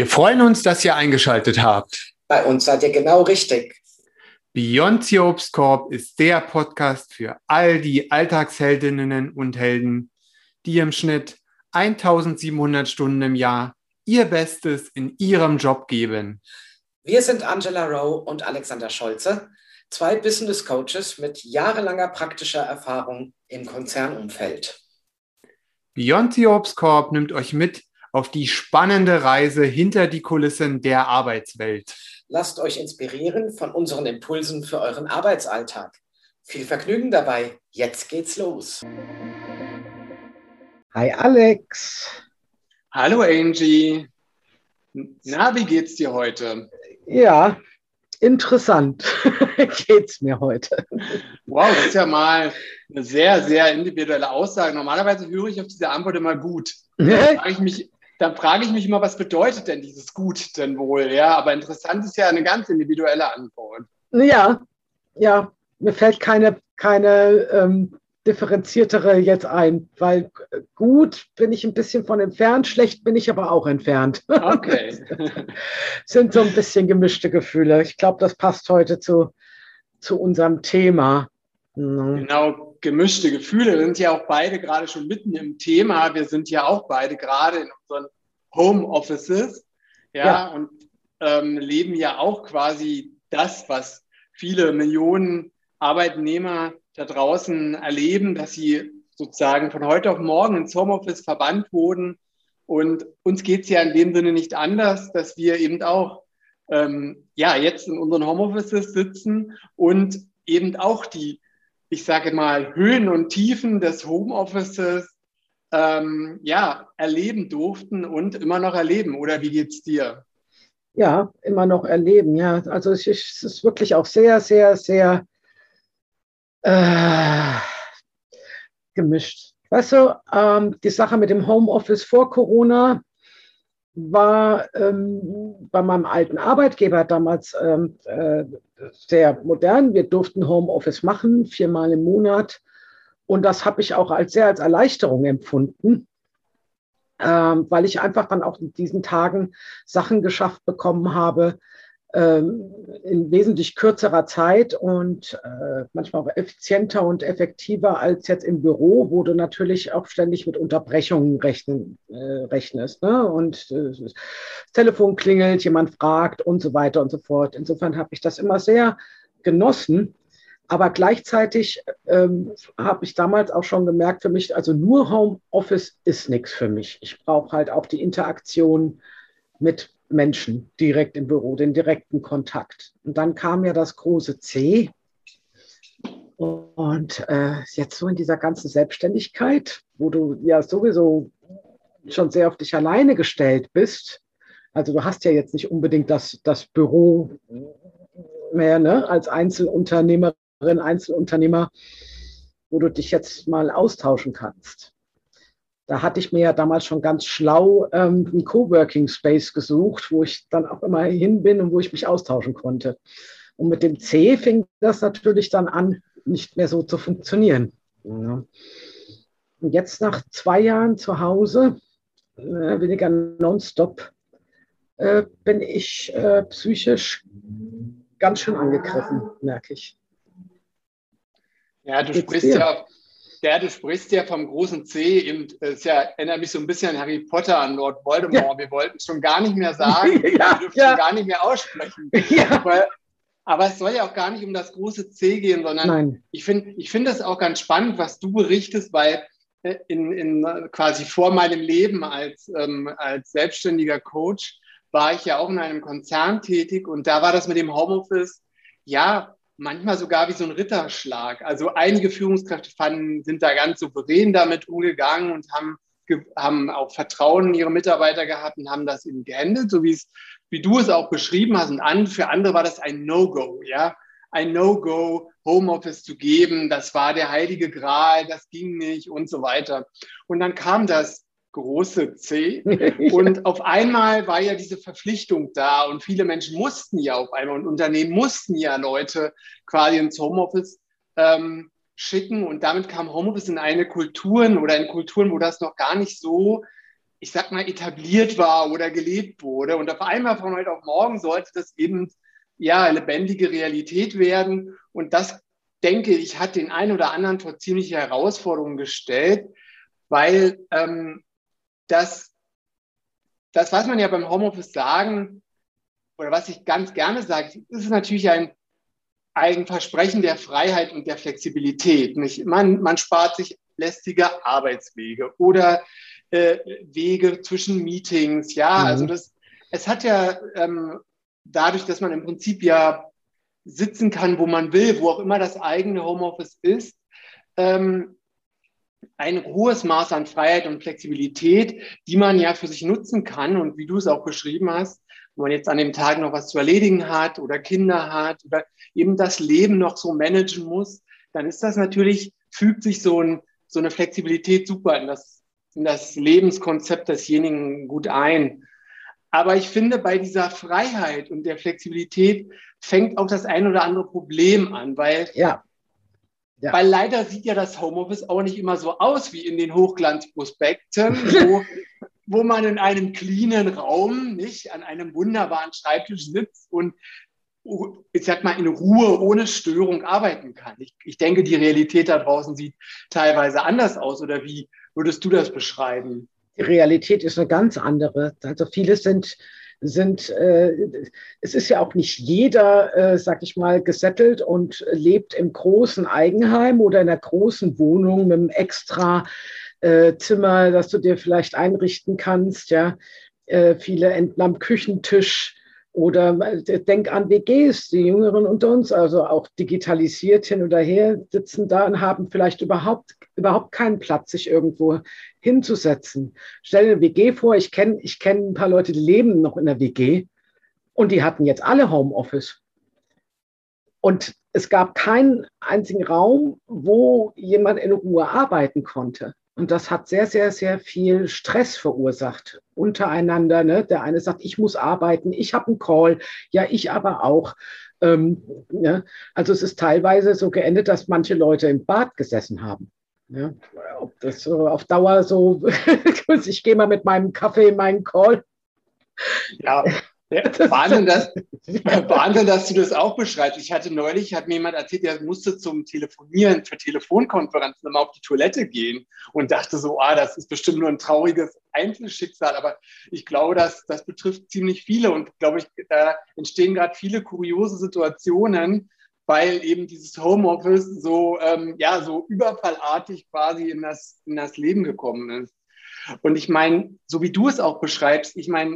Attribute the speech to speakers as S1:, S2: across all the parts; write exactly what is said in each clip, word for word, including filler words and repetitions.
S1: Wir freuen uns, dass ihr eingeschaltet habt.
S2: Bei uns seid ihr genau richtig.
S1: Beyond the Obstkorb ist der Podcast für all die Alltagsheldinnen und Helden, die im Schnitt eintausendsiebenhundert Stunden im Jahr ihr Bestes in ihrem Job geben.
S2: Wir sind Angela Rowe und Alexander Scholze, zwei Business Coaches mit jahrelanger praktischer Erfahrung im Konzernumfeld.
S1: Beyond the Obstkorb nimmt euch mit auf die spannende Reise hinter die Kulissen der Arbeitswelt.
S2: Lasst euch inspirieren von unseren Impulsen für euren Arbeitsalltag. Viel Vergnügen dabei. Jetzt geht's los.
S3: Hi Alex.
S1: Hallo Angie. Na, wie geht's dir heute?
S3: Ja, interessant geht's mir heute.
S1: Wow, das ist ja mal eine sehr, sehr individuelle Aussage. Normalerweise höre ich auf diese Antwort immer gut. Da frage ich mich, dann frage ich mich immer, was bedeutet denn dieses Gut denn wohl? Ja, aber interessant ist ja eine ganz individuelle Antwort.
S3: Ja, ja, mir fällt keine, keine ähm, differenziertere jetzt ein, weil gut bin ich ein bisschen von entfernt, schlecht bin ich aber auch entfernt.
S1: Okay.
S3: Sind so ein bisschen gemischte Gefühle. Ich glaube, das passt heute zu, zu unserem Thema.
S1: Genau, gemischte Gefühle. Wir sind ja auch beide gerade schon mitten im Thema. Wir sind ja auch beide gerade in unseren Homeoffices, ja, ja. und ähm, leben ja auch quasi das, was viele Millionen Arbeitnehmer da draußen erleben, dass sie sozusagen von heute auf morgen ins Homeoffice verbannt wurden. Und uns geht es ja in dem Sinne nicht anders, dass wir eben auch ähm, ja, jetzt in unseren Homeoffices sitzen und eben auch die, ich sage mal, Höhen und Tiefen des Homeoffices ähm, ja, erleben durften und immer noch erleben. Oder wie geht's dir?
S3: Ja, immer noch erleben, ja. Also es ist wirklich auch sehr, sehr, sehr äh, gemischt. Weißt du, ähm, die Sache mit dem Homeoffice vor Corona war ähm, bei meinem alten Arbeitgeber damals ähm, äh, sehr modern. Wir durften Homeoffice machen, viermal im Monat. Und das habe ich auch als sehr als Erleichterung empfunden, ähm, weil ich einfach dann auch in diesen Tagen Sachen geschafft bekommen habe, ähm, in wesentlich kürzerer Zeit und äh, manchmal auch effizienter und effektiver als jetzt im Büro, wo du natürlich auch ständig mit Unterbrechungen rechnen, äh, rechnest. Ne? Und äh, das Telefon klingelt, jemand fragt und so weiter und so fort. Insofern habe ich das immer sehr genossen. Aber gleichzeitig ähm, habe ich damals auch schon gemerkt, für mich, also nur Homeoffice ist nichts für mich. Ich brauche halt auch die Interaktion mit Menschen direkt im Büro, den direkten Kontakt. Und dann kam ja das große C. Und äh, jetzt so in dieser ganzen Selbstständigkeit, wo du ja sowieso schon sehr auf dich alleine gestellt bist. Also du hast ja jetzt nicht unbedingt das, das Büro mehr, ne, als Einzelunternehmerin, Einzelunternehmer, wo du dich jetzt mal austauschen kannst. Da hatte ich mir ja damals schon ganz schlau ähm, einen Coworking Space gesucht, wo ich dann auch immer hin bin und wo ich mich austauschen konnte. Und mit dem C fing das natürlich dann an, nicht mehr so zu funktionieren. Ja. Und jetzt nach zwei Jahren zu Hause, äh, weniger nonstop, äh, bin ich äh, psychisch ganz schön angegriffen, merke ich.
S1: Ja, du sprichst ja, ja, du sprichst ja vom großen C, eben, das ja, erinnert mich so ein bisschen an Harry Potter, an Lord Voldemort. Ja. Wir wollten es schon gar nicht mehr sagen,
S3: ja,
S1: wir dürfen
S3: ja.
S1: schon gar nicht mehr aussprechen.
S3: Ja.
S1: Weil, aber es soll ja auch gar nicht um das große C gehen, sondern
S3: Nein.
S1: ich finde ich finde das auch ganz spannend, was du berichtest, weil in, in quasi vor meinem Leben als, ähm, als selbstständiger Coach war ich ja auch in einem Konzern tätig und da war das mit dem Homeoffice, ja, manchmal sogar wie so ein Ritterschlag. Also einige Führungskräfte fanden, sind da ganz souverän damit umgegangen und haben, haben auch Vertrauen in ihre Mitarbeiter gehabt und haben das eben gehandelt, so wie es, wie du es auch beschrieben hast. Und für andere war das ein No-Go, ja. Ein No-Go, Homeoffice zu geben, das war der heilige Gral, das ging nicht und so weiter. Und dann kam das große C. Und auf einmal war ja diese Verpflichtung da und viele Menschen mussten ja auf einmal und Unternehmen mussten ja Leute quasi ins Homeoffice ähm, schicken und damit kam Homeoffice in eine Kulturen oder in Kulturen, wo das noch gar nicht so ich sag mal, etabliert war oder gelebt wurde. Und auf einmal von heute auf morgen sollte das eben ja lebendige Realität werden. Und das, denke ich, hat den einen oder anderen vor ziemliche Herausforderungen gestellt, weil ähm, das, das, was man ja beim Homeoffice sagen, oder was ich ganz gerne sage, ist natürlich ein, ein Versprechen der Freiheit und der Flexibilität. Nicht? Man, man spart sich lästige Arbeitswege oder äh, Wege zwischen Meetings. Ja, mhm. also das, es hat ja ähm, dadurch, dass man im Prinzip ja sitzen kann, wo man will, wo auch immer das eigene Homeoffice ist, ähm, ein hohes Maß an Freiheit und Flexibilität, die man ja für sich nutzen kann. Und wie du es auch beschrieben hast, wenn man jetzt an dem Tag noch was zu erledigen hat oder Kinder hat oder eben das Leben noch so managen muss, dann ist das natürlich, fügt sich so, ein, so eine Flexibilität super in das, in das Lebenskonzept desjenigen gut ein. Aber ich finde, bei dieser Freiheit und der Flexibilität fängt auch das ein oder andere Problem an, weil,
S3: ja. Ja.
S1: weil leider sieht ja das Homeoffice auch nicht immer so aus wie in den Hochglanzprospekten, wo, wo man in einem cleanen Raum, nicht, an einem wunderbaren Schreibtisch sitzt und, ich sag mal, in Ruhe, ohne Störung arbeiten kann. Ich, ich denke, die Realität da draußen sieht teilweise anders aus. Oder wie würdest du das beschreiben?
S3: Die Realität ist eine ganz andere. Also viele sind, sind äh, es ist ja auch nicht jeder, äh, sag ich mal, gesettelt und lebt im großen Eigenheim oder in einer großen Wohnung mit einem extra äh, Zimmer, das du dir vielleicht einrichten kannst. Ja, äh, viele enden am Küchentisch. Oder denk an W Gs, die Jüngeren unter uns, also auch digitalisiert hin oder her, sitzen da und haben vielleicht überhaupt, überhaupt keinen Platz, sich irgendwo hinzusetzen. Stell dir eine W G vor, ich kenne ich kenn ein paar Leute, die leben noch in der W G und die hatten jetzt alle Homeoffice. Und es gab keinen einzigen Raum, wo jemand in Ruhe arbeiten konnte. Und das hat sehr, sehr, sehr viel Stress verursacht untereinander. Ne? Der eine sagt, ich muss arbeiten, ich habe einen Call, ja, ich aber auch. Ähm, ne? Also es ist teilweise so geendet, dass manche Leute im Bad gesessen haben. Ja? Ob das so auf Dauer so, ich gehe mal mit meinem Kaffee in meinen Call.
S1: Ja. Ja, Wahnsinn, dass, Wahnsinn, dass du das auch beschreibst. Ich hatte neulich, hat mir jemand erzählt, der musste zum Telefonieren, für Telefonkonferenzen immer auf die Toilette gehen und dachte so, ah, das ist bestimmt nur ein trauriges Einzelschicksal. Aber ich glaube, das, das betrifft ziemlich viele und glaube ich, da entstehen gerade viele kuriose Situationen, weil eben dieses Homeoffice so, ähm, ja, so überfallartig quasi in das, in das Leben gekommen ist. Und ich meine, so wie du es auch beschreibst, ich meine,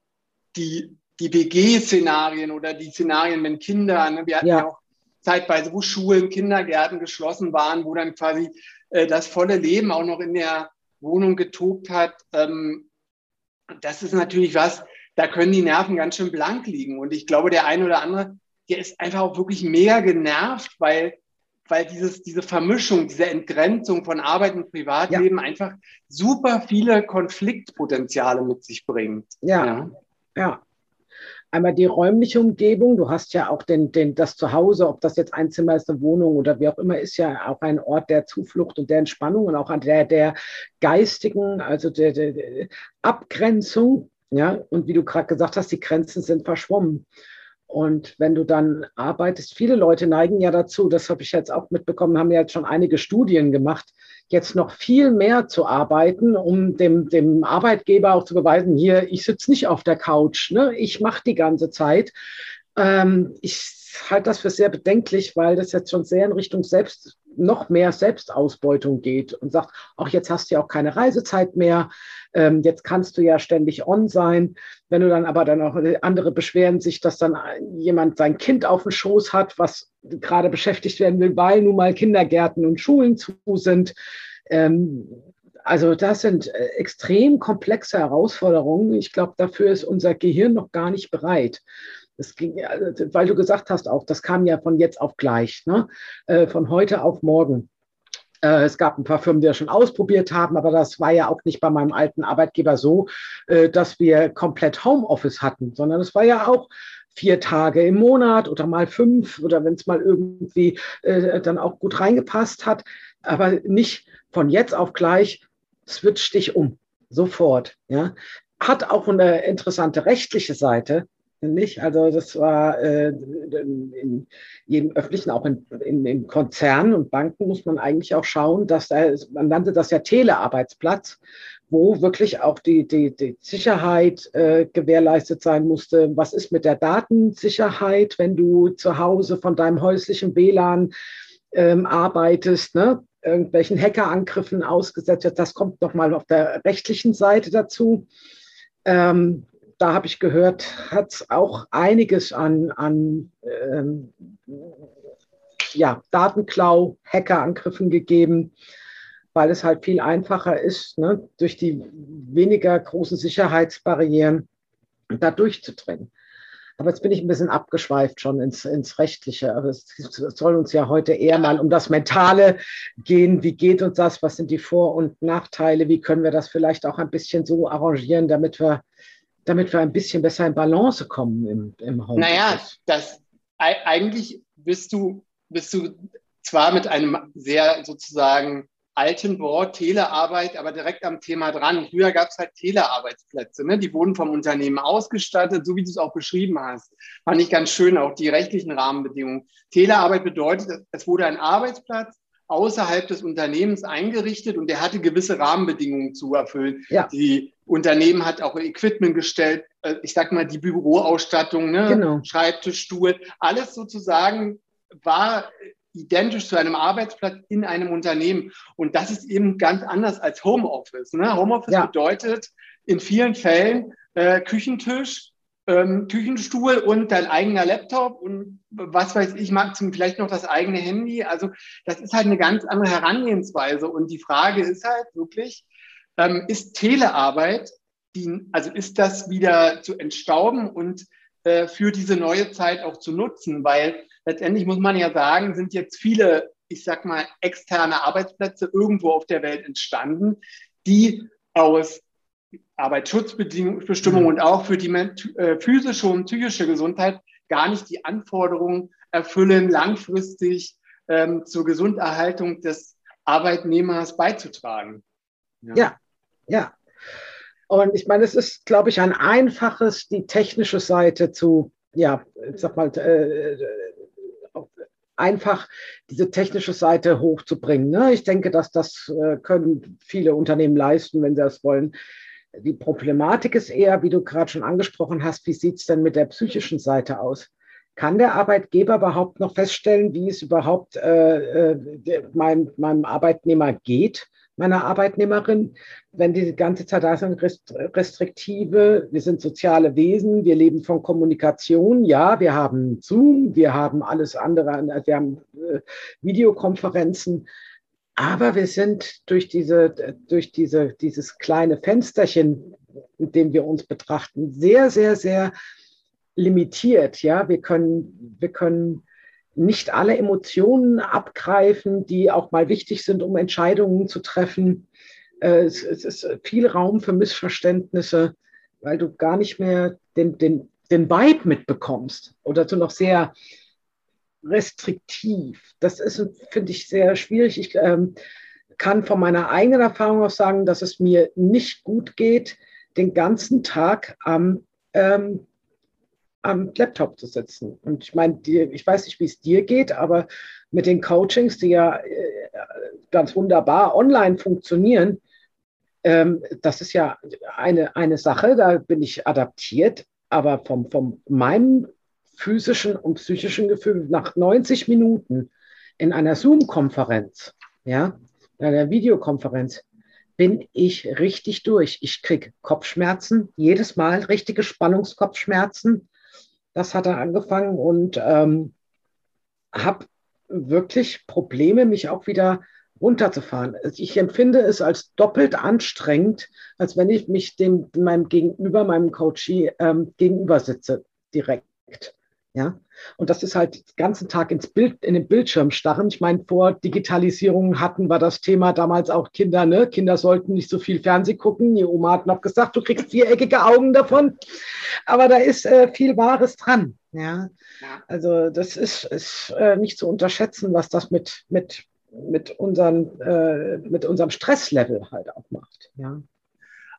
S1: die die W G-Szenarien oder die Szenarien, wenn Kinder, ne, wir hatten ja. ja auch zeitweise, wo Schulen, Kindergärten geschlossen waren, wo dann quasi äh, das volle Leben auch noch in der Wohnung getobt hat. Ähm, das ist natürlich was, da können die Nerven ganz schön blank liegen. Und ich glaube, der eine oder andere, der ist einfach auch wirklich mega genervt, weil, weil dieses, diese Vermischung, diese Entgrenzung von Arbeit und Privatleben ja. einfach super viele Konfliktpotenziale mit sich bringt.
S3: Ja, ja. ja. Einmal die räumliche Umgebung. Du hast ja auch den, den, das Zuhause, ob das jetzt ein Zimmer ist, eine Wohnung oder wie auch immer, ist ja auch ein Ort der Zuflucht und der Entspannung und auch an der, der geistigen, also der, der, der Abgrenzung. Ja? Und wie du gerade gesagt hast, die Grenzen sind verschwommen. Und wenn du dann arbeitest, viele Leute neigen ja dazu, das habe ich jetzt auch mitbekommen, haben ja jetzt schon einige Studien gemacht, jetzt noch viel mehr zu arbeiten, um dem, dem Arbeitgeber auch zu beweisen, hier, ich sitze nicht auf der Couch, ne? Ich mache die ganze Zeit. Ähm, ich halte das für sehr bedenklich, weil das jetzt schon sehr in Richtung Selbst, noch mehr Selbstausbeutung geht und sagt, auch jetzt hast du ja auch keine Reisezeit mehr, ähm, jetzt kannst du ja ständig on sein. Wenn du dann aber dann auch, andere beschweren sich, dass dann jemand sein Kind auf dem Schoß hat, was gerade beschäftigt werden will, weil nun mal Kindergärten und Schulen zu sind. Ähm, also das sind extrem komplexe Herausforderungen. Ich glaube, dafür ist unser Gehirn noch gar nicht bereit. Das ging, weil du gesagt hast auch, das kam ja von jetzt auf gleich, ne? äh, von heute auf morgen. Äh, es gab ein paar Firmen, die das schon ausprobiert haben, aber das war ja auch nicht bei meinem alten Arbeitgeber so, äh, dass wir komplett Homeoffice hatten, sondern es war ja auch vier Tage im Monat oder mal fünf oder wenn es mal irgendwie äh, dann auch gut reingepasst hat, aber nicht von jetzt auf gleich, switch dich um. sofort. Ja. Hat auch eine interessante rechtliche Seite, nicht? Also das war äh, in jedem öffentlichen, auch in, in, in Konzernen und Banken muss man eigentlich auch schauen, dass da, man nannte das ja Telearbeitsplatz, wo wirklich auch die, die, die Sicherheit äh, gewährleistet sein musste. Was ist mit der Datensicherheit, wenn du zu Hause von deinem häuslichen W L A N ähm, arbeitest, ne? Irgendwelchen Hackerangriffen ausgesetzt wird. Das kommt nochmal auf der rechtlichen Seite dazu. Ähm, da habe ich gehört, hat es auch einiges an, an ähm, ja, Datenklau, Hackerangriffen gegeben, weil es halt viel einfacher ist, ne, durch die weniger großen Sicherheitsbarrieren da durchzudringen. Aber jetzt bin ich ein bisschen abgeschweift schon ins, ins Rechtliche. Aber es soll uns ja heute eher mal um das Mentale gehen. Wie geht uns das? Was sind die Vor- und Nachteile? Wie können wir das vielleicht auch ein bisschen so arrangieren, damit wir, damit wir ein bisschen besser in Balance kommen im, im Homeoffice?
S1: Naja, das, eigentlich bist du, bist du zwar mit einem sehr sozusagen alten Wort Telearbeit, aber direkt am Thema dran. Früher gab es halt Telearbeitsplätze, ne? Die wurden vom Unternehmen ausgestattet, so wie du es auch beschrieben hast. Fand ich ganz schön, auch die rechtlichen Rahmenbedingungen. Telearbeit bedeutet, es wurde ein Arbeitsplatz außerhalb des Unternehmens eingerichtet und der hatte gewisse Rahmenbedingungen zu erfüllen.
S3: Ja.
S1: Die Unternehmen hat auch Equipment gestellt, ich sag mal die Büroausstattung, ne?
S3: Genau.
S1: Schreibtisch, Stuhl, alles sozusagen war identisch zu einem Arbeitsplatz in einem Unternehmen. Und das ist eben ganz anders als Homeoffice. Ne? Homeoffice
S3: Ja.
S1: bedeutet in vielen Fällen äh, Küchentisch, ähm, Küchenstuhl und dein eigener Laptop und was weiß ich, vielleicht noch das eigene Handy. Also das ist halt eine ganz andere Herangehensweise. Und die Frage ist halt wirklich, ähm, ist Telearbeit, die, also ist das wieder zu entstauben und äh, für diese neue Zeit auch zu nutzen? Weil letztendlich muss man ja sagen, sind jetzt viele, ich sag mal, externe Arbeitsplätze irgendwo auf der Welt entstanden, die aus Arbeitsschutzbestimmungen mhm. und auch für die äh, physische und psychische Gesundheit gar nicht die Anforderungen erfüllen, langfristig ähm, zur Gesunderhaltung des Arbeitnehmers beizutragen.
S3: Ja, ja. ja. Und ich meine, es ist, glaube ich, ein einfaches, die technische Seite zu, ja, ich sag mal, äh, einfach diese technische Seite hochzubringen. Ne? Ich denke, dass das äh, können viele Unternehmen leisten, wenn sie das wollen. Die Problematik ist eher, wie du gerade schon angesprochen hast, wie sieht es denn mit der psychischen Seite aus? Kann der Arbeitgeber überhaupt noch feststellen, wie es überhaupt äh, äh, mein, meinem Arbeitnehmer geht, meiner Arbeitnehmerin, wenn die ganze Zeit da sind, Restriktive, wir sind soziale Wesen, wir leben von Kommunikation, ja, wir haben Zoom, wir haben alles andere, wir haben äh, Videokonferenzen, aber wir sind durch diese, durch diese, dieses kleine Fensterchen, in dem wir uns betrachten, sehr, sehr, sehr limitiert. Ja, wir können, wir können nicht alle Emotionen abgreifen, die auch mal wichtig sind, um Entscheidungen zu treffen. Es, es ist viel Raum für Missverständnisse, weil du gar nicht mehr den, den, den Vibe mitbekommst oder du noch sehr restriktiv. Das ist, finde ich, sehr schwierig. Ich ähm, kann von meiner eigenen Erfahrung aus sagen, dass es mir nicht gut geht, den ganzen Tag am, ähm, am Laptop zu sitzen. Und ich meine, ich weiß nicht, wie es dir geht, aber mit den Coachings, die ja äh, ganz wunderbar online funktionieren, ähm, das ist ja eine, eine Sache, da bin ich adaptiert, aber vom, vom meinem physischen und psychischen Gefühl nach neunzig Minuten in einer Zoom-Konferenz, ja, in einer Videokonferenz, bin ich richtig durch. Ich kriege Kopfschmerzen, jedes Mal richtige Spannungskopfschmerzen. Das hat er angefangen und ähm, habe wirklich Probleme, mich auch wieder runterzufahren. Ich empfinde es als doppelt anstrengend, als wenn ich mich dem meinem Gegenüber, meinem Coachee ähm, gegenüber sitze, direkt. Ja, und das ist halt den ganzen Tag ins Bild, in den Bildschirm starren. Ich meine, vor Digitalisierung hatten wir das Thema damals auch Kinder, ne? Kinder sollten nicht so viel Fernsehen gucken. Die Oma hat noch gesagt, du kriegst viereckige Augen davon. Aber da ist äh, viel Wahres dran. Ja, ja. Also das ist, ist äh, nicht zu unterschätzen, was das mit, mit, mit, unseren, äh, mit unserem Stresslevel halt auch macht. Ja.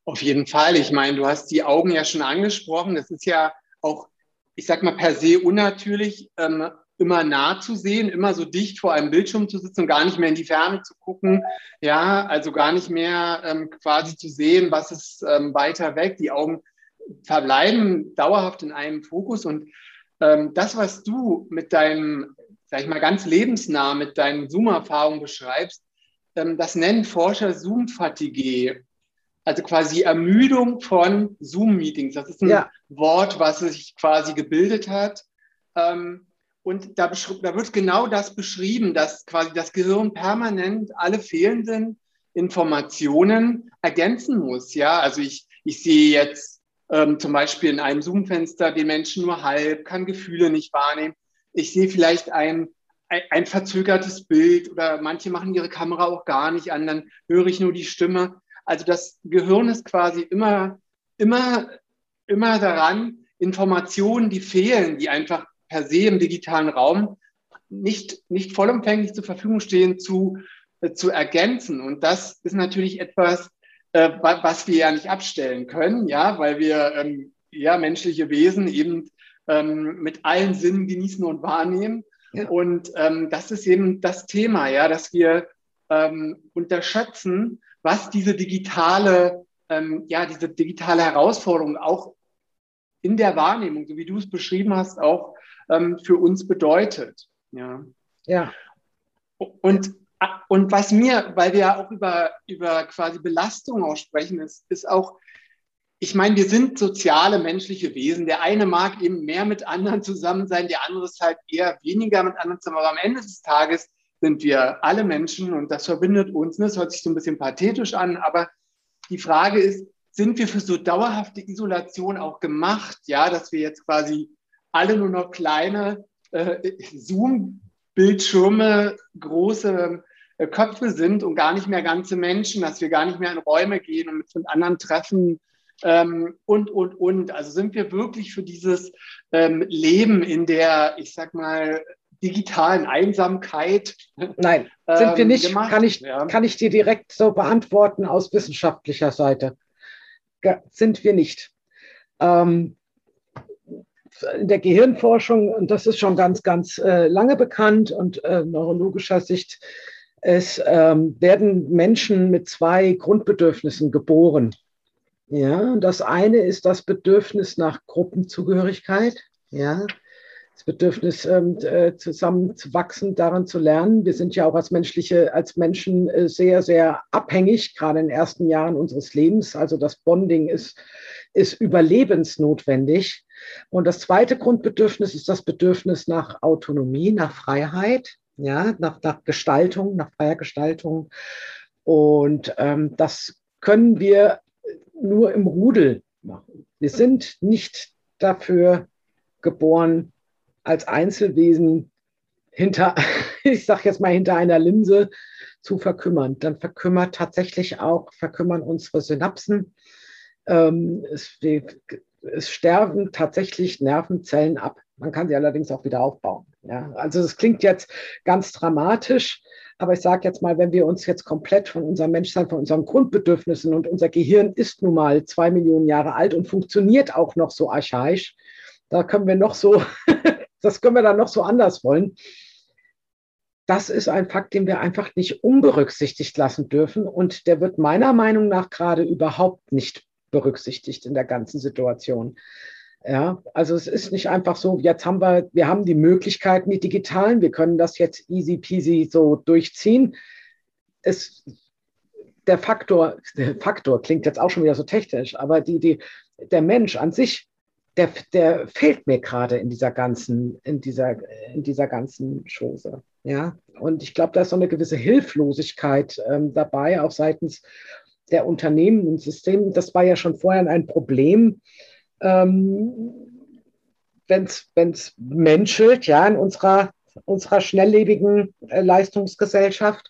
S1: Auf jeden Fall. Ich meine, du hast die Augen ja schon angesprochen. Das ist ja auch, ich sag mal, per se unnatürlich, ähm, immer nah zu sehen, immer so dicht vor einem Bildschirm zu sitzen und gar nicht mehr in die Ferne zu gucken. Ja, also gar nicht mehr ähm, quasi zu sehen, was ist ähm, weiter weg. Die Augen verbleiben dauerhaft in einem Fokus. Und ähm, das, was du mit deinem, sag ich mal, ganz lebensnah mit deinen Zoom-Erfahrungen beschreibst, ähm, das nennen Forscher Zoom-Fatigue. Also quasi Ermüdung von Zoom-Meetings. Das ist ein ja. Wort, was sich quasi gebildet hat. Ähm, und da, da wird genau das beschrieben, dass quasi das Gehirn permanent alle fehlenden Informationen ergänzen muss. Ja, also ich, ich sehe jetzt ähm, zum Beispiel in einem Zoom-Fenster den Menschen nur halb, kann Gefühle nicht wahrnehmen. Ich sehe vielleicht ein, ein, ein verzögertes Bild oder manche machen ihre Kamera auch gar nicht an, dann höre ich nur die Stimme. Also das Gehirn ist quasi immer, immer, immer daran, Informationen, die fehlen, die einfach per se im digitalen Raum nicht, nicht vollumfänglich zur Verfügung stehen, zu, äh, zu ergänzen. Und das ist natürlich etwas, äh, was wir ja nicht abstellen können, ja, weil wir ähm, ja, menschliche Wesen eben ähm, mit allen Sinnen genießen und wahrnehmen. Ja. Und ähm, das ist eben das Thema, ja, dass wir ähm, unterschätzen, was diese digitale, ähm, ja, diese digitale Herausforderung auch in der Wahrnehmung, so wie du es beschrieben hast, auch ähm, für uns bedeutet. Ja.
S3: Ja.
S1: Und, und was mir, weil wir ja auch über, über quasi Belastung auch sprechen, ist, ist auch, ich meine, wir sind soziale menschliche Wesen. Der eine mag eben mehr mit anderen zusammen sein, der andere ist halt eher weniger mit anderen zusammen. Aber am Ende des Tages sind wir alle Menschen und das verbindet uns. Das hört sich so ein bisschen pathetisch an, aber die Frage ist, sind wir für so dauerhafte Isolation auch gemacht, ja, dass wir jetzt quasi alle nur noch kleine äh, Zoom-Bildschirme, große äh, Köpfe sind und gar nicht mehr ganze Menschen, dass wir gar nicht mehr in Räume gehen und mit, mit anderen treffen ähm, und, und, und. Also sind wir wirklich für dieses ähm, Leben in der, ich sag mal, digitalen Einsamkeit?
S3: Nein, sind ähm, wir nicht, gemacht, kann ich, ja. kann ich dir direkt so beantworten aus wissenschaftlicher Seite. Sind wir nicht. Ähm, in der Gehirnforschung, und das ist schon ganz, ganz äh, lange bekannt und äh, neurologischer Sicht, es ähm, werden Menschen mit zwei Grundbedürfnissen geboren. Ja, das eine ist das Bedürfnis nach Gruppenzugehörigkeit, ja, das Bedürfnis, ähm, äh, zusammen zu wachsen, daran zu lernen. Wir sind ja auch als menschliche, als Menschen äh, sehr, sehr abhängig, gerade in den ersten Jahren unseres Lebens. Also das Bonding ist, ist überlebensnotwendig. Und das zweite Grundbedürfnis ist das Bedürfnis nach Autonomie, nach Freiheit, ja, nach, nach Gestaltung, nach freier Gestaltung. Und ähm, das können wir nur im Rudel machen. Wir sind nicht dafür geboren, als Einzelwesen hinter, ich sage jetzt mal, hinter einer Linse zu verkümmern. Dann verkümmert tatsächlich auch, verkümmern unsere Synapsen. Ähm, es, es sterben tatsächlich Nervenzellen ab. Man kann sie allerdings auch wieder aufbauen. Ja? Also das klingt jetzt ganz dramatisch, aber ich sage jetzt mal, wenn wir uns jetzt komplett von unserem Menschsein, von unseren Grundbedürfnissen, und unser Gehirn ist nun mal zwei Millionen Jahre alt und funktioniert auch noch so archaisch, da können wir noch so das können wir dann noch so anders wollen. Das ist ein Fakt, den wir einfach nicht unberücksichtigt lassen dürfen. Und der wird meiner Meinung nach gerade überhaupt nicht berücksichtigt in der ganzen Situation. Ja, also es ist nicht einfach so, jetzt haben wir, wir haben die Möglichkeiten, die digitalen, wir können das jetzt easy peasy so durchziehen. Es, der Faktor, der Faktor klingt jetzt auch schon wieder so technisch, aber die, die, der Mensch an sich, Der, der fehlt mir gerade in dieser ganzen, in dieser, in dieser ganzen Chose. Ja? Und ich glaube, da ist so eine gewisse Hilflosigkeit ähm, dabei, auch seitens der Unternehmen und Systeme. Das war ja schon vorher ein Problem, ähm, wenn es menschelt, ja, in unserer, unserer schnelllebigen äh, Leistungsgesellschaft.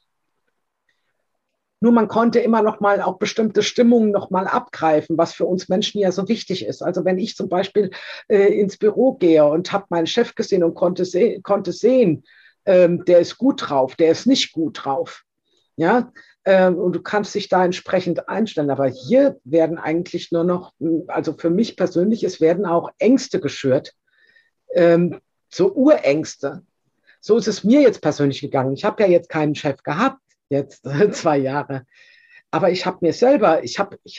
S3: Nur man konnte immer noch mal auch bestimmte Stimmungen noch mal abgreifen, was für uns Menschen ja so wichtig ist. Also wenn ich zum Beispiel äh, ins Büro gehe und habe meinen Chef gesehen und konnte, se konnte sehen, ähm, der ist gut drauf, der ist nicht gut drauf. Ja, äh, und du kannst dich da entsprechend einstellen. Aber hier werden eigentlich nur noch, also für mich persönlich, es werden auch Ängste geschürt, ähm, so Urängste. So ist es mir jetzt persönlich gegangen. Ich habe ja jetzt keinen Chef gehabt, jetzt zwei Jahre. Aber ich habe mir selber, ich habe, ich,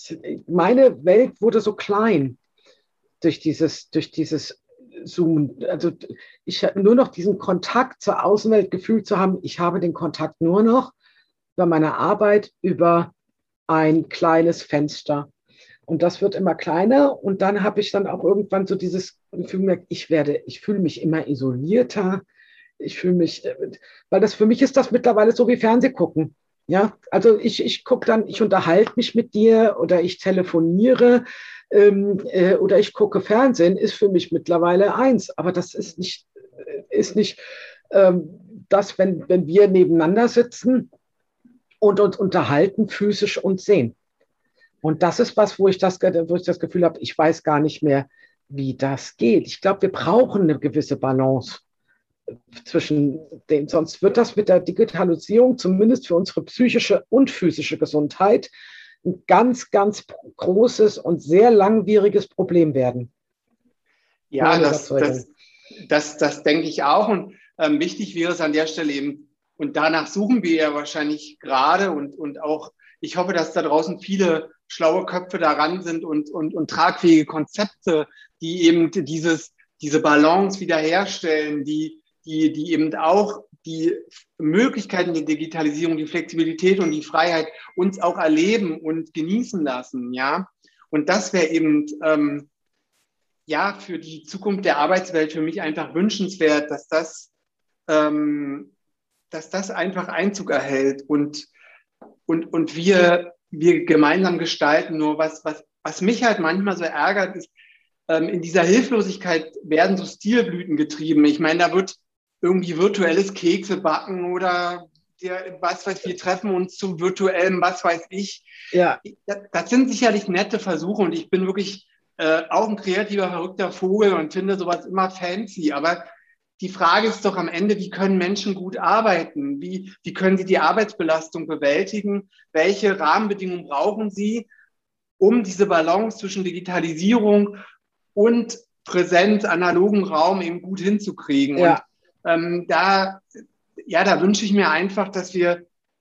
S3: meine Welt wurde so klein durch dieses, durch dieses Zoom. Also ich habe nur noch diesen Kontakt zur Außenwelt gefühlt zu haben. Ich habe den Kontakt nur noch über meine Arbeit, über ein kleines Fenster. Und das wird immer kleiner. Und dann habe ich dann auch irgendwann so dieses Gefühl, ich werde, ich fühle mich immer isolierter. Ich fühle mich, weil das für mich ist das mittlerweile so wie Fernsehgucken. Ja, also ich, ich gucke dann, ich unterhalte mich mit dir oder ich telefoniere ähm, äh, oder ich gucke Fernsehen, ist für mich mittlerweile eins. Aber das ist nicht, ist nicht ähm, das, wenn, wenn wir nebeneinander sitzen und uns unterhalten, physisch und sehen. Und das ist was, wo ich das, wo ich das Gefühl habe, ich weiß gar nicht mehr, wie das geht. Ich glaube, wir brauchen eine gewisse Balance zwischen dem, sonst wird das mit der Digitalisierung zumindest für unsere psychische und physische Gesundheit ein ganz, ganz großes und sehr langwieriges Problem werden.
S1: Ja, das, das, das, das denke ich auch. Und ähm, wichtig wäre es an der Stelle eben, und danach suchen wir ja wahrscheinlich gerade und, und auch, ich hoffe, dass da draußen viele schlaue Köpfe daran sind und, und, und tragfähige Konzepte, die eben dieses, diese Balance wiederherstellen, die Die, die eben auch die Möglichkeiten der Digitalisierung, die Flexibilität und die Freiheit uns auch erleben und genießen lassen, ja. Und das wäre eben, ähm, ja, für die Zukunft der Arbeitswelt für mich einfach wünschenswert, dass das, ähm, dass das einfach Einzug erhält und, und, und wir, wir gemeinsam gestalten. Nur was, was, was mich halt manchmal so ärgert, ist, ähm, in dieser Hilflosigkeit werden so Stilblüten getrieben. Ich meine, da wird irgendwie virtuelles Kekse backen oder der, was weiß, wir treffen uns zum virtuellen, was weiß ich.
S3: Ja.
S1: Das, das sind sicherlich nette Versuche und ich bin wirklich äh, auch ein kreativer, verrückter Vogel und finde sowas immer fancy. Aber die Frage ist doch am Ende, wie können Menschen gut arbeiten? Wie, wie können sie die Arbeitsbelastung bewältigen? Welche Rahmenbedingungen brauchen sie, um diese Balance zwischen Digitalisierung und Präsenz, analogen Raum eben gut hinzukriegen?
S3: Ja.
S1: Und Ähm, da, ja, da wünsche ich mir einfach, dass wir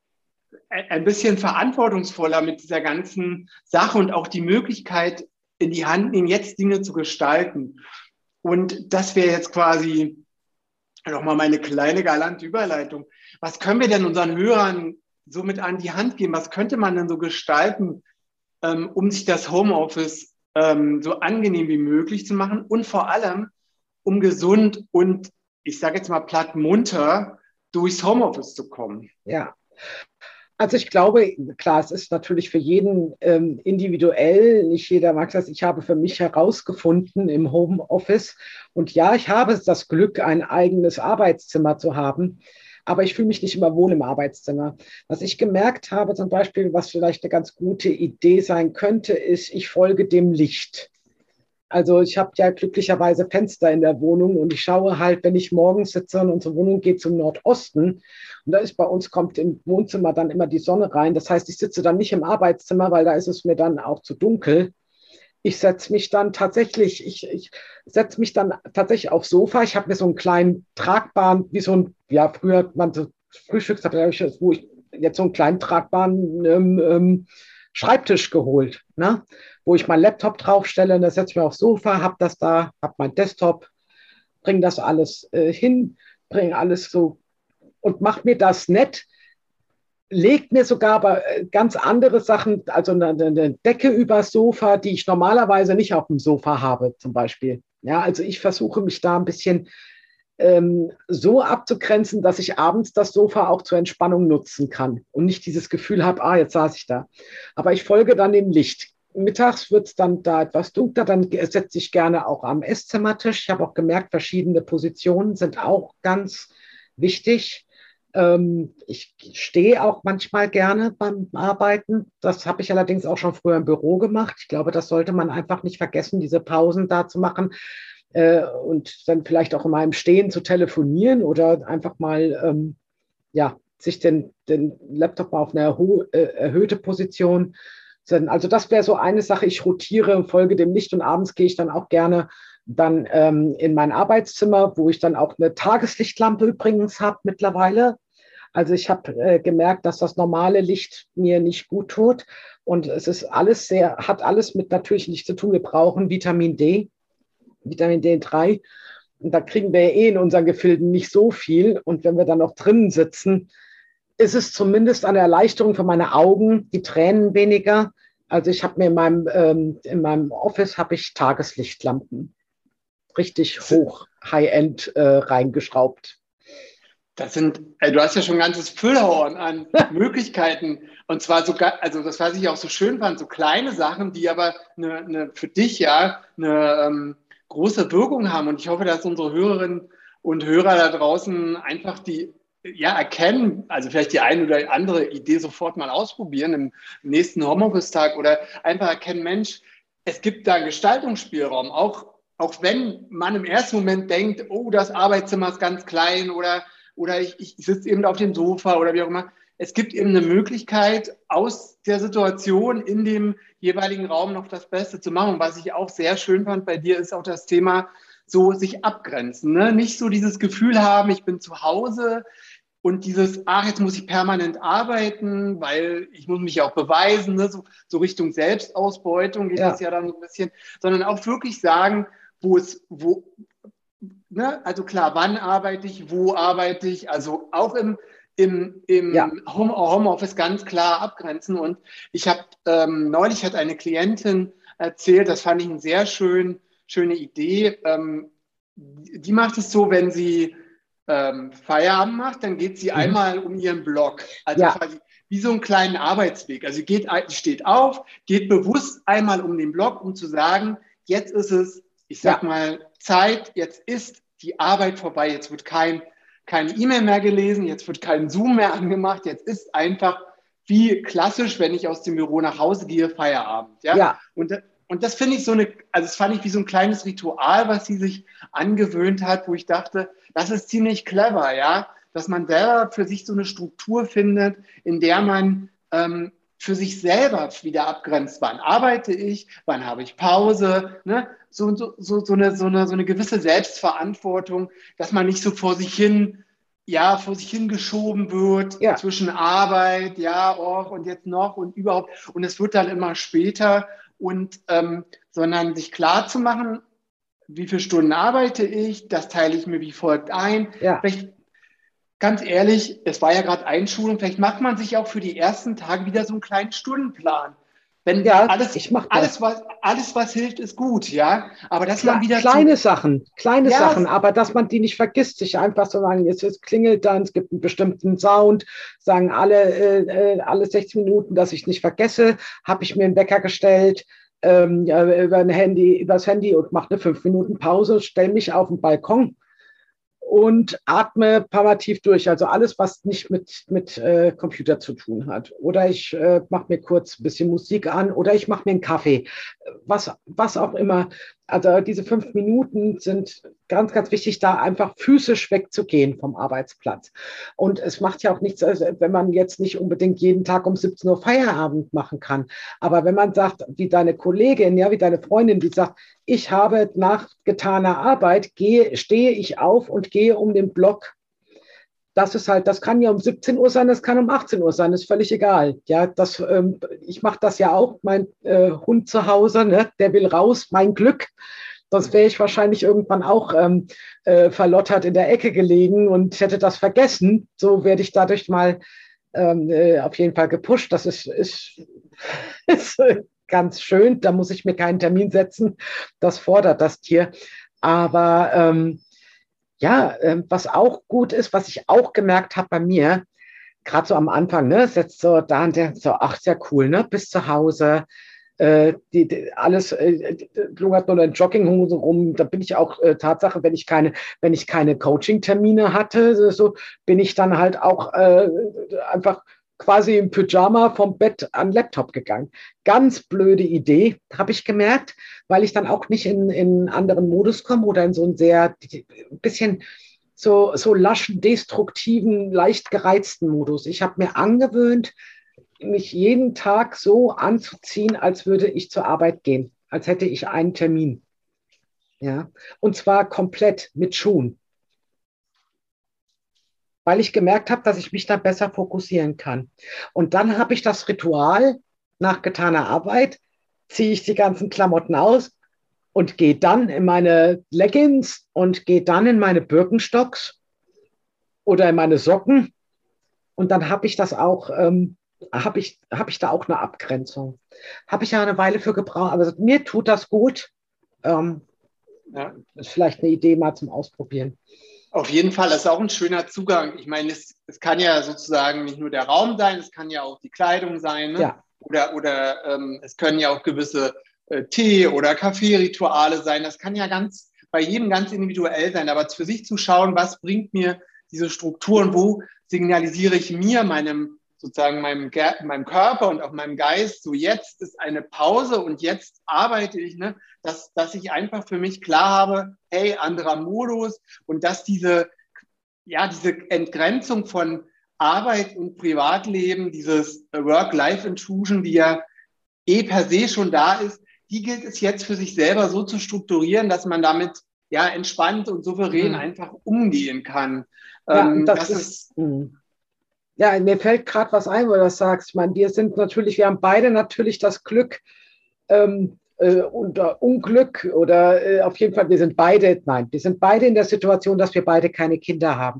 S1: ein bisschen verantwortungsvoller mit dieser ganzen Sache und auch die Möglichkeit in die Hand nehmen, jetzt Dinge zu gestalten. Und das wäre jetzt quasi nochmal meine kleine galante Überleitung. Was können wir denn unseren Hörern so mit an die Hand geben? Was könnte man denn so gestalten, ähm, um sich das Homeoffice ähm, so angenehm wie möglich zu machen und vor allem, um gesund und ich sage jetzt mal platt munter, durchs Homeoffice zu kommen?
S3: Ja, also ich glaube, klar, es ist natürlich für jeden ähm, individuell, nicht jeder mag das. Ich habe für mich herausgefunden im Homeoffice und ja, ich habe das Glück, ein eigenes Arbeitszimmer zu haben, aber ich fühle mich nicht immer wohl im Arbeitszimmer. Was ich gemerkt habe zum Beispiel, was vielleicht eine ganz gute Idee sein könnte, ist, ich folge dem Licht. Also ich habe ja glücklicherweise Fenster in der Wohnung und ich schaue halt, wenn ich morgens sitze und unsere Wohnung geht zum Nordosten und da ist bei uns, kommt im Wohnzimmer dann immer die Sonne rein. Das heißt, ich sitze dann nicht im Arbeitszimmer, weil da ist es mir dann auch zu dunkel. Ich setze mich dann tatsächlich, ich, ich setze mich dann tatsächlich aufs Sofa. Ich habe mir so einen kleinen tragbaren, wie so ein, ja früher, man so Frühstücks, wo ich jetzt so einen kleinen tragbaren ähm, ähm, Schreibtisch geholt, ne? Wo ich meinen Laptop draufstelle, da setze ich mich aufs Sofa, habe das da, habe meinen Desktop, bringe das alles äh, hin, bringe alles so und mache mir das nett, legt mir sogar aber ganz andere Sachen, also eine, eine Decke übers Sofa, die ich normalerweise nicht auf dem Sofa habe zum Beispiel. Ja, also ich versuche mich da ein bisschen ähm, so abzugrenzen, dass ich abends das Sofa auch zur Entspannung nutzen kann und nicht dieses Gefühl habe, ah, jetzt saß ich da. Aber ich folge dann dem Licht. Mittags wird es dann da etwas dunkler, dann setze ich gerne auch am Esszimmertisch. Ich habe auch gemerkt, verschiedene Positionen sind auch ganz wichtig. Ähm, ich stehe auch manchmal gerne beim Arbeiten. Das habe ich allerdings auch schon früher im Büro gemacht. Ich glaube, das sollte man einfach nicht vergessen, diese Pausen da zu machen äh, und dann vielleicht auch in meinem Stehen zu telefonieren oder einfach mal ähm, ja, sich den, den Laptop mal auf eine erho äh, erhöhte Position setzen. Also das wäre so eine Sache, ich rotiere, folge dem Licht und abends gehe ich dann auch gerne dann ähm, in mein Arbeitszimmer, wo ich dann auch eine Tageslichtlampe übrigens habe mittlerweile. Also ich habe äh, gemerkt, dass das normale Licht mir nicht gut tut und es ist alles sehr, hat alles mit natürlichem Licht zu tun. Wir brauchen Vitamin D, Vitamin D drei und da kriegen wir eh in unseren Gefilden nicht so viel und wenn wir dann noch drinnen sitzen, ist es zumindest eine Erleichterung für meine Augen, die Tränen weniger. Also ich habe mir in meinem, ähm, in meinem Office habe ich Tageslichtlampen richtig hoch, High-End äh, reingeschraubt.
S1: Das sind, äh, du hast ja schon ein ganzes Füllhorn an Möglichkeiten. Und zwar sogar, also das, was ich auch so schön fand, so kleine Sachen, die aber eine, eine, für dich ja eine ähm, große Wirkung haben. Und ich hoffe, dass unsere Hörerinnen und Hörer da draußen einfach die ja erkennen, also vielleicht die eine oder andere Idee sofort mal ausprobieren im nächsten Homeoffice-Tag oder einfach erkennen, Mensch, es gibt da einen Gestaltungsspielraum, auch, auch wenn man im ersten Moment denkt, oh, das Arbeitszimmer ist ganz klein oder oder ich, ich sitze eben auf dem Sofa oder wie auch immer. Es gibt eben eine Möglichkeit, aus der Situation in dem jeweiligen Raum noch das Beste zu machen. Und was ich auch sehr schön fand bei dir, ist auch das Thema so sich abgrenzen. Ne? Nicht so dieses Gefühl haben, ich bin zu Hause und dieses, ach, jetzt muss ich permanent arbeiten, weil ich muss mich ja auch beweisen. Ne? So, so Richtung Selbstausbeutung geht
S3: Ja.
S1: das ja dann so ein bisschen. Sondern auch wirklich sagen, wo es, wo, Ne? Also klar, wann arbeite ich, wo arbeite ich, also auch im, im, im
S3: ja.
S1: Home, Homeoffice ganz klar abgrenzen. Und ich habe ähm, neulich hat eine Klientin erzählt, das fand ich eine sehr schön, schöne Idee. Ähm, die macht es so, wenn sie ähm, Feierabend macht, dann geht sie mhm. einmal um ihren Block. Also ja. quasi wie so einen kleinen Arbeitsweg. Also sie geht, steht auf, geht bewusst einmal um den Block, um zu sagen, jetzt ist es, ich sag ja. mal, Zeit, jetzt ist die Arbeit vorbei, jetzt wird kein, keine E-Mail mehr gelesen, jetzt wird kein Zoom mehr angemacht, jetzt ist einfach wie klassisch, wenn ich aus dem Büro nach Hause gehe, Feierabend. Ja?
S3: Ja.
S1: Und, und das finde ich so eine, also das fand ich wie so ein kleines Ritual, was sie sich angewöhnt hat, wo ich dachte, das ist ziemlich clever, ja, dass man selber für sich so eine Struktur findet, in der man ähm, für sich selber wieder abgrenzt, wann arbeite ich, wann habe ich Pause, ne? so, so, so, so, eine, so, eine, so eine gewisse Selbstverantwortung, dass man nicht so vor sich hin, ja, vor sich hingeschoben wird
S3: ja.
S1: zwischen Arbeit, ja, och, und jetzt noch und überhaupt. Und es wird dann immer später und ähm, sondern sich klar zu machen, wie viele Stunden arbeite ich, das teile ich mir wie folgt ein.
S3: Ja.
S1: Vielleicht ganz ehrlich, es war ja gerade Einschulung, vielleicht macht man sich auch für die ersten Tage wieder so einen kleinen Stundenplan. Wenn
S3: ja,
S1: alles,
S3: ich mach
S1: alles, was, alles, was hilft, ist gut, ja. Aber dass
S3: Kle
S1: man wieder.
S3: Kleine Sachen, kleine
S1: ja,
S3: Sachen, aber dass man die nicht vergisst, sich einfach so sagen, jetzt, jetzt klingelt dann, es gibt einen bestimmten Sound, sagen alle, äh, alle sechzig Minuten, dass ich nicht vergesse, habe ich mir einen Wecker gestellt, ähm, ja, über ein Handy, übers Handy und mache eine fünf Minuten Pause, stelle mich auf den Balkon und atme ein paar Mal tief durch. Also alles, was nicht mit, mit äh, Computer zu tun hat. Oder ich äh, mache mir kurz ein bisschen Musik an oder ich mache mir einen Kaffee. Was, was auch immer. Also diese fünf Minuten sind ganz, ganz wichtig, da einfach physisch wegzugehen vom Arbeitsplatz. Und es macht ja auch nichts, wenn man jetzt nicht unbedingt jeden Tag um siebzehn Uhr Feierabend machen kann. Aber wenn man sagt, wie deine Kollegin, ja, wie deine Freundin, die sagt, ich habe nach getaner Arbeit, gehe, stehe ich auf und gehe um den Block. Das ist halt, das kann ja um siebzehn Uhr sein, das kann um achtzehn Uhr sein, ist völlig egal. Ja, das, ähm, ich mache das ja auch, mein äh, Hund zu Hause, ne, der will raus, mein Glück. Sonst wäre ich wahrscheinlich irgendwann auch ähm, äh, verlottert in der Ecke gelegen und hätte das vergessen. So werde ich dadurch mal ähm, äh, auf jeden Fall gepusht. Das ist, ist, ist ganz schön. Da muss ich mir keinen Termin setzen. Das fordert das Tier. Aber ähm, ja, äh, was auch gut ist, was ich auch gemerkt habe bei mir, gerade so am Anfang, ne, setzt so da und der so, ach, sehr cool, ne, bis zu Hause. Äh, die, die, alles äh, lungert nur in Jogginghose rum. Da bin ich auch äh, Tatsache, wenn ich keine, wenn ich keine Coaching-Termine hatte, so bin ich dann halt auch äh, einfach quasi im Pyjama vom Bett an den Laptop gegangen. Ganz blöde Idee, habe ich gemerkt, weil ich dann auch nicht in, in einen anderen Modus komme oder in so ein sehr ein bisschen so, so laschen, destruktiven, leicht gereizten Modus. Ich habe mir angewöhnt, mich jeden Tag so anzuziehen, als würde ich zur Arbeit gehen, als hätte ich einen Termin. Ja? Und zwar komplett mit Schuhen. Weil ich gemerkt habe, dass ich mich da besser fokussieren kann. Und dann habe ich das Ritual, nach getaner Arbeit, ziehe ich die ganzen Klamotten aus und gehe dann in meine Leggings und gehe dann in meine Birkenstocks oder in meine Socken. Und dann habe ich das auch, ähm, habe ich, habe ich da auch eine Abgrenzung. Habe ich ja eine Weile für gebraucht, aber mir tut das gut. Ähm, ja, ist vielleicht eine Idee mal zum Ausprobieren.
S1: Auf jeden Fall, das ist auch ein schöner Zugang. Ich meine, es, es kann ja sozusagen nicht nur der Raum sein, es kann ja auch die Kleidung sein. Ne?
S3: Ja.
S1: Oder, oder ähm, es können ja auch gewisse äh, Tee- oder Kaffeerituale sein. Das kann ja ganz bei jedem ganz individuell sein. Aber für sich zu schauen, was bringt mir diese Strukturen, wo signalisiere ich mir, meinem sozusagen meinem, meinem Körper und auch meinem Geist, so jetzt ist eine Pause und jetzt arbeite ich, ne, dass, dass ich einfach für mich klar habe, hey, anderer Modus und dass diese, ja, diese Entgrenzung von Arbeit und Privatleben, dieses Work-Life-Intrusion, die ja eh per se schon da ist, die gilt es jetzt für sich selber so zu strukturieren, dass man damit ja entspannt und souverän mhm. einfach umgehen kann.
S3: Ja,
S1: ähm,
S3: das,
S1: das
S3: ist,
S1: ist
S3: mh. Ja, mir fällt gerade was ein, wo du das sagst. Ich meine, wir sind natürlich, wir haben beide natürlich das Glück ähm, äh, oder Unglück oder äh, auf jeden Fall, wir sind beide, nein, wir sind beide in der Situation, dass wir beide keine Kinder haben.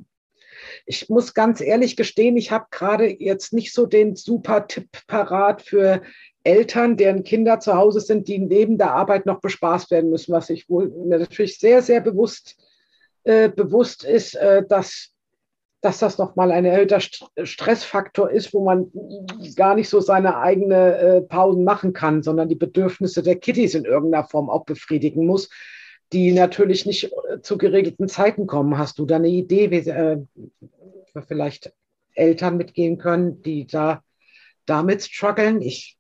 S3: Ich muss ganz ehrlich gestehen, ich habe gerade jetzt nicht so den super Tipp parat für Eltern, deren Kinder zu Hause sind, die neben der Arbeit noch bespaßt werden müssen, was ich wohl natürlich sehr, sehr bewusst, äh, bewusst ist, äh, dass dass das nochmal ein erhöhter Stressfaktor ist, wo man gar nicht so seine eigene äh, Pausen machen kann, sondern die Bedürfnisse der Kitties in irgendeiner Form auch befriedigen muss, die natürlich nicht äh, zu geregelten Zeiten kommen. Hast du da eine Idee, wie äh, vielleicht Eltern mitgehen können, die da damit strugglen? Ich,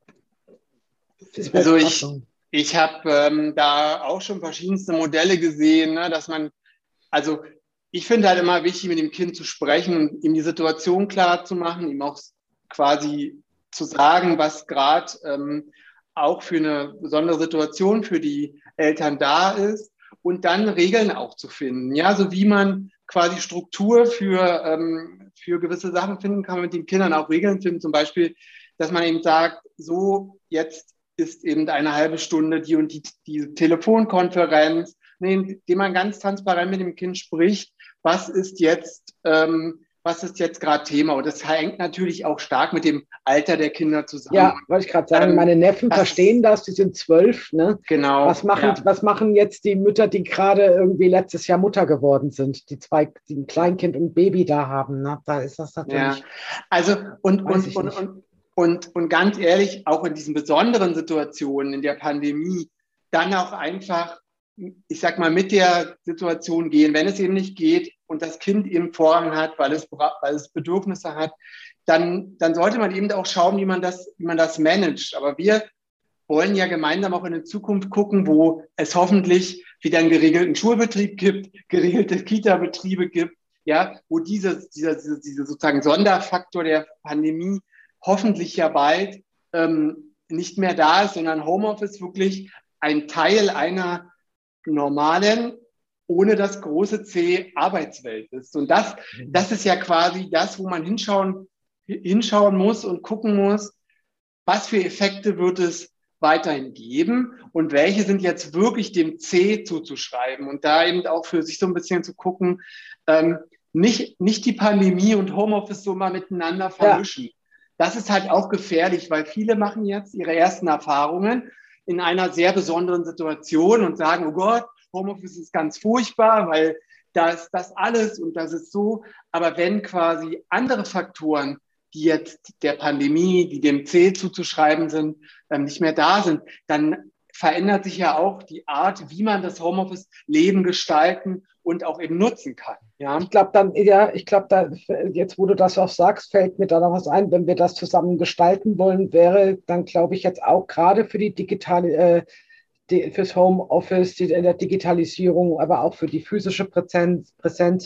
S1: also ich, ich habe ähm, da auch schon verschiedenste Modelle gesehen, ne, dass man, also ich finde halt immer wichtig, mit dem Kind zu sprechen und ihm die Situation klar zu machen, ihm auch quasi zu sagen, was gerade ähm, auch für eine besondere Situation für die Eltern da ist und dann Regeln auch zu finden. Ja, so wie man quasi Struktur für, ähm, für gewisse Sachen finden kann, mit den Kindern auch Regeln finden. Zum Beispiel, dass man eben sagt, so jetzt ist eben eine halbe Stunde die und die, die Telefonkonferenz, indem man ganz transparent mit dem Kind spricht, was ist jetzt, ähm, was ist jetzt gerade Thema? Und das hängt natürlich auch stark mit dem Alter der Kinder zusammen.
S3: Ja, wollte ich gerade sagen, ähm, meine Neffen das verstehen das, die sind zwölf. Ne?
S1: Genau.
S3: Was machen, ja. was machen jetzt die Mütter, die gerade irgendwie letztes Jahr Mutter geworden sind, die zwei, die ein Kleinkind und ein Baby da haben? Ne? Da ist das natürlich.
S1: Ja. Also und und und, und und und ganz ehrlich, auch in diesen besonderen Situationen in der Pandemie, dann auch einfach, ich sag mal, mit der Situation gehen, wenn es eben nicht geht und das Kind eben Vorrang hat, weil es, weil es Bedürfnisse hat, dann, dann sollte man eben auch schauen, wie man das, wie man das managt. Aber wir wollen ja gemeinsam auch in die Zukunft gucken, wo es hoffentlich wieder einen geregelten Schulbetrieb gibt, geregelte Kita-Betriebe gibt, ja, wo diese, dieser, diese, diese sozusagen Sonderfaktor der Pandemie hoffentlich ja bald ähm, nicht mehr da ist, sondern Homeoffice wirklich ein Teil einer normalen, ohne das große C Arbeitswelt ist. Und das, das ist ja quasi das, wo man hinschauen, hinschauen muss und gucken muss, was für Effekte wird es weiterhin geben und welche sind jetzt wirklich dem C zuzuschreiben und da eben auch für sich so ein bisschen zu gucken, ähm, nicht, nicht die Pandemie und Homeoffice so mal miteinander vermischen. Ja. Das ist halt auch gefährlich, weil viele machen jetzt ihre ersten Erfahrungen in einer sehr besonderen Situation und sagen, oh Gott, Homeoffice ist ganz furchtbar, weil da ist das alles und das ist so. Aber wenn quasi andere Faktoren, die jetzt der Pandemie, die dem C zuzuschreiben sind, nicht mehr da sind, dann verändert sich ja auch die Art, wie man das Homeoffice-Leben gestalten und auch eben nutzen kann. Ja?
S3: Ich glaube dann, ja, ich glaube, da, jetzt wo du das auch sagst, fällt mir da noch was ein. Wenn wir das zusammen gestalten wollen, wäre dann, glaube ich, jetzt auch gerade für die digitale, äh, die, fürs Homeoffice, die, in der Digitalisierung, aber auch für die physische Präsenz, Präsenz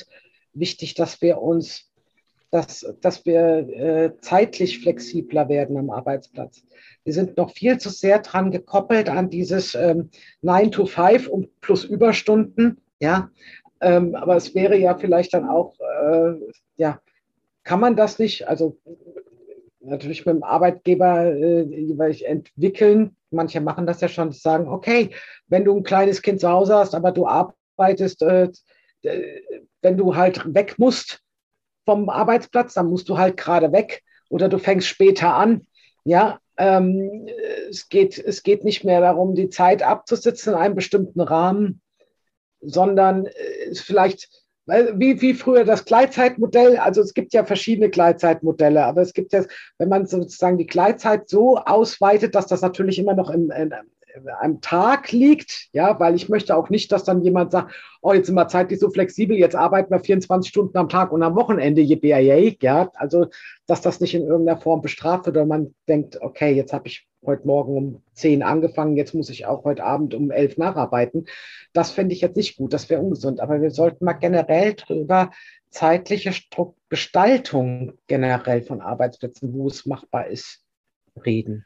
S3: wichtig, dass wir uns, dass, dass wir äh, zeitlich flexibler werden am Arbeitsplatz. Wir sind noch viel zu sehr dran gekoppelt an dieses ähm, nine to five und plus Überstunden. Ja, ähm, aber es wäre ja vielleicht dann auch, äh, ja, kann man das nicht, also natürlich mit dem Arbeitgeber äh, jeweils entwickeln. Manche machen das ja schon, die sagen, okay, wenn du ein kleines Kind zu Hause hast, aber du arbeitest, äh, wenn du halt weg musst vom Arbeitsplatz, dann musst du halt gerade weg oder du fängst später an. Ja, ähm, es geht, es geht nicht mehr darum, die Zeit abzusitzen in einem bestimmten Rahmen, sondern äh, vielleicht wie, wie früher das Gleitzeitmodell, also es gibt ja verschiedene Gleitzeitmodelle, aber es gibt ja, wenn man sozusagen die Gleitzeit so ausweitet, dass das natürlich immer noch im, in, am Tag liegt, ja, weil ich möchte auch nicht, dass dann jemand sagt, oh, jetzt sind wir zeitlich so flexibel, jetzt arbeiten wir vierundzwanzig Stunden am Tag und am Wochenende, yippie, ja, also, dass das nicht in irgendeiner Form bestraft wird, oder man denkt, okay, jetzt habe ich heute Morgen um zehn angefangen, jetzt muss ich auch heute Abend um elf nacharbeiten. Das fände ich jetzt nicht gut, das wäre ungesund, aber wir sollten mal generell drüber zeitliche Gestaltung generell von Arbeitsplätzen, wo es machbar ist, reden.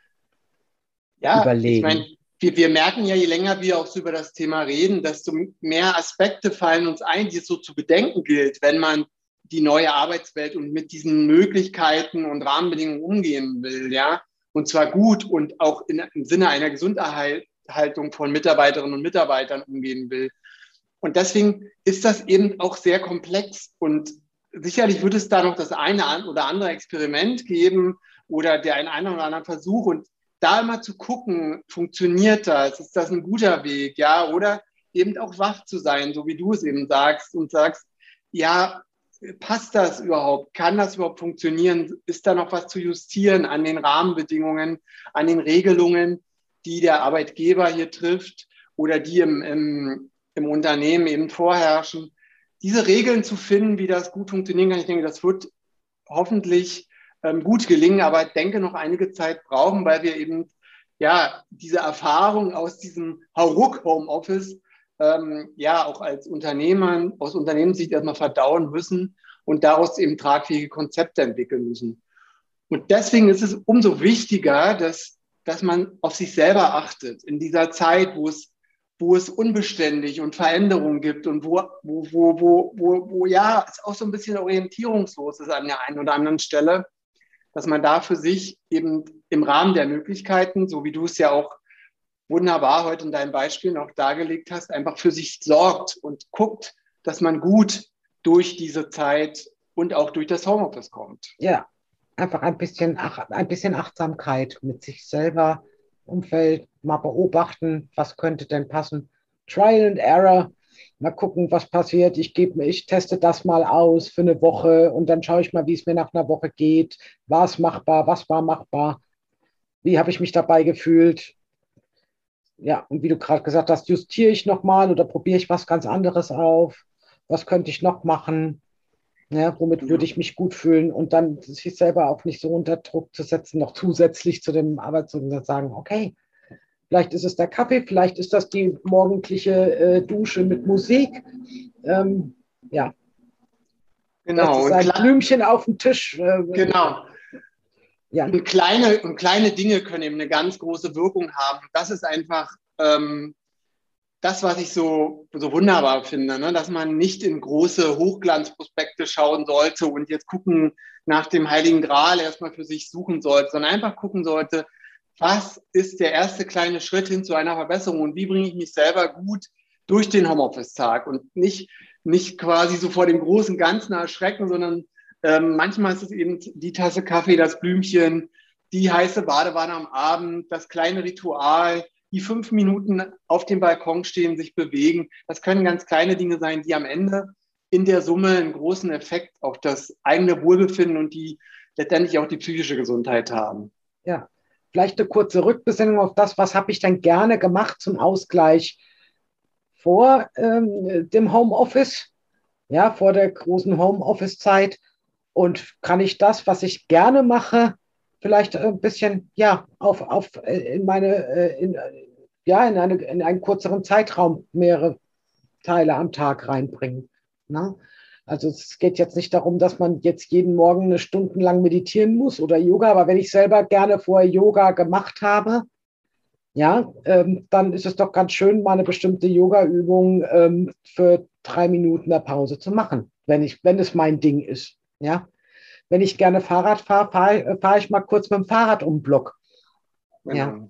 S1: Ja,
S3: überlegen.
S1: Ich meine, wir, wir merken ja, je länger wir auch so über das Thema reden, desto mehr Aspekte fallen uns ein, die es so zu bedenken gilt, wenn man die neue Arbeitswelt und mit diesen Möglichkeiten und Rahmenbedingungen umgehen will, ja. Und zwar gut und auch in, im Sinne einer Gesunderhaltung von Mitarbeiterinnen und Mitarbeitern umgehen will. Und deswegen ist das eben auch sehr komplex. Und sicherlich wird es da noch das eine oder andere Experiment geben oder der einen oder anderen Versuch. Und da immer zu gucken, funktioniert das? Ist das ein guter Weg? Ja, oder eben auch wach zu sein, so wie du es eben sagst und sagst, ja, passt das überhaupt? Kann das überhaupt funktionieren? Ist da noch was zu justieren an den Rahmenbedingungen, an den Regelungen, die der Arbeitgeber hier trifft oder die im, im, im Unternehmen eben vorherrschen? Diese Regeln zu finden, wie das gut funktionieren kann, ich denke, das wird hoffentlich ähm, gut gelingen, aber ich denke, noch einige Zeit brauchen, weil wir eben ja diese Erfahrung aus diesem Hauruck-Homeoffice ähm, ja auch als Unternehmer aus Unternehmenssicht erstmal verdauen müssen und daraus eben tragfähige Konzepte entwickeln müssen. Und deswegen ist es umso wichtiger, dass, dass man auf sich selber achtet in dieser Zeit, wo es, wo es unbeständig und Veränderungen gibt und wo, wo, wo, wo, wo, wo ja es auch so ein bisschen orientierungslos ist an der einen oder anderen Stelle, dass man da für sich eben im Rahmen der Möglichkeiten, so wie du es ja auch wunderbar heute in deinem Beispiel noch dargelegt hast, einfach für sich sorgt und guckt, dass man gut durch diese Zeit und auch durch das Homeoffice kommt.
S3: Ja, einfach ein bisschen, ein bisschen Achtsamkeit mit sich selber, Umfeld, mal beobachten, was könnte denn passen. Trial and Error, mal gucken, was passiert. Ich gebe, ich teste das mal aus für eine Woche und dann schaue ich mal, wie es mir nach einer Woche geht. War es machbar? Was war machbar? Wie habe ich mich dabei gefühlt? Ja, und wie du gerade gesagt hast, justiere ich nochmal oder probiere ich was ganz anderes auf? Was könnte ich noch machen? Ja, womit ja. würde ich mich gut fühlen? Und dann sich selber auch nicht so unter Druck zu setzen, noch zusätzlich zu dem Arbeitszeug zu sagen, okay, vielleicht ist es der Kaffee, vielleicht ist das die morgendliche äh, Dusche mit Musik. Ähm, ja.
S1: Genau.
S3: Das ist ein Blümchen auf dem Tisch. Äh,
S1: genau.
S3: Ja.
S1: Und, kleine, und kleine Dinge können eben eine ganz große Wirkung haben. Das ist einfach ähm, das, was ich so, so wunderbar finde, ne? Dass man nicht in große Hochglanzprospekte schauen sollte und jetzt gucken nach dem Heiligen Gral erstmal für sich suchen sollte, sondern einfach gucken sollte, was ist der erste kleine Schritt hin zu einer Verbesserung und wie bringe ich mich selber gut durch den Homeoffice-Tag und nicht, nicht quasi so vor dem großen Ganzen erschrecken, sondern Ähm, manchmal ist es eben die Tasse Kaffee, das Blümchen, die heiße Badewanne am Abend, das kleine Ritual, die fünf Minuten auf dem Balkon stehen, sich bewegen. Das können ganz kleine Dinge sein, die am Ende in der Summe einen großen Effekt auf das eigene Wohlbefinden und die letztendlich auch die psychische Gesundheit haben.
S3: Ja, vielleicht eine kurze Rückbesinnung auf das, was habe ich denn gerne gemacht zum Ausgleich vor ähm, dem Homeoffice, ja, vor der großen Homeoffice-Zeit. Und kann ich das, was ich gerne mache, vielleicht ein bisschen, ja, auf, auf in meine, in, ja, in, eine, in einen kürzeren Zeitraum mehrere Teile am Tag reinbringen. Ne? Also es geht jetzt nicht darum, dass man jetzt jeden Morgen eine Stunde lang meditieren muss oder Yoga, aber wenn ich selber gerne vorher Yoga gemacht habe, ja, ähm, dann ist es doch ganz schön, mal eine bestimmte Yoga-Übung ähm, für drei Minuten der Pause zu machen, wenn ich, wenn es mein Ding ist. Ja, wenn ich gerne Fahrrad fahre, fahre fahr ich mal kurz mit dem Fahrrad um den Block.
S1: Genau.
S3: Ja.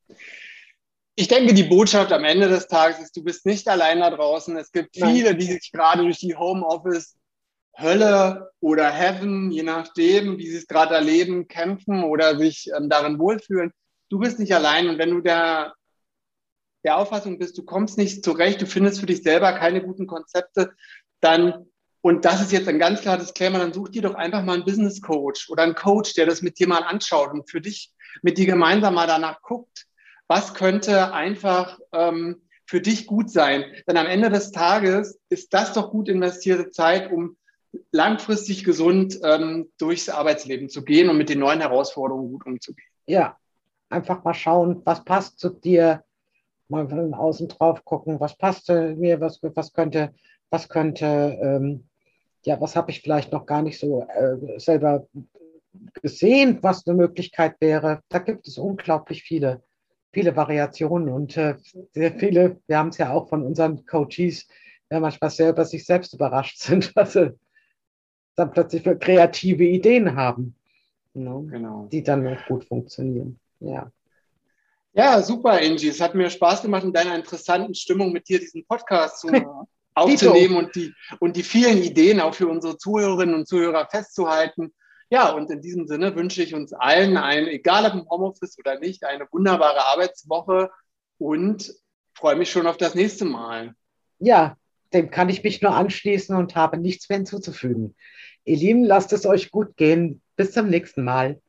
S1: Ich denke, die Botschaft am Ende des Tages ist, du bist nicht allein da draußen. Es gibt
S3: Nein.
S1: viele, die sich gerade durch die Homeoffice Hölle oder Heaven, je nachdem, wie sie es gerade erleben, kämpfen oder sich ähm, darin wohlfühlen. Du bist nicht allein, und wenn du der, der Auffassung bist, du kommst nicht zurecht, du findest für dich selber keine guten Konzepte, dann, und das ist jetzt ein ganz klares Disclaimer, dann such dir doch einfach mal einen Business Coach oder einen Coach, der das mit dir mal anschaut und für dich, mit dir gemeinsam mal danach guckt, was könnte einfach ähm, für dich gut sein. Denn am Ende des Tages ist das doch gut investierte Zeit, um langfristig gesund ähm, durchs Arbeitsleben zu gehen und mit den neuen Herausforderungen gut umzugehen.
S3: Ja, einfach mal schauen, was passt zu dir, mal von außen drauf gucken, was passt mir, was, was könnte, was könnte, ähm, ja, was habe ich vielleicht noch gar nicht so äh, selber gesehen, was eine Möglichkeit wäre. Da gibt es unglaublich viele, viele Variationen und äh, sehr viele, wir haben es ja auch von unseren Coaches, ja manchmal sehr über sich selbst überrascht sind, was sie dann plötzlich für kreative Ideen haben, ne,
S1: Genau.
S3: die dann auch gut funktionieren. Ja.
S1: Ja, super, Angie. Es hat mir Spaß gemacht, in deiner interessanten Stimmung mit dir diesen Podcast zu, aufzunehmen und die, und die vielen Ideen auch für unsere Zuhörerinnen und Zuhörer festzuhalten. Ja, und in diesem Sinne wünsche ich uns allen, ein, egal ob im Homeoffice oder nicht, eine wunderbare Arbeitswoche und freue mich schon auf das nächste Mal.
S3: Ja, dem kann ich mich nur anschließen und habe nichts mehr hinzuzufügen. Ihr Lieben, lasst es euch gut gehen. Bis zum nächsten Mal.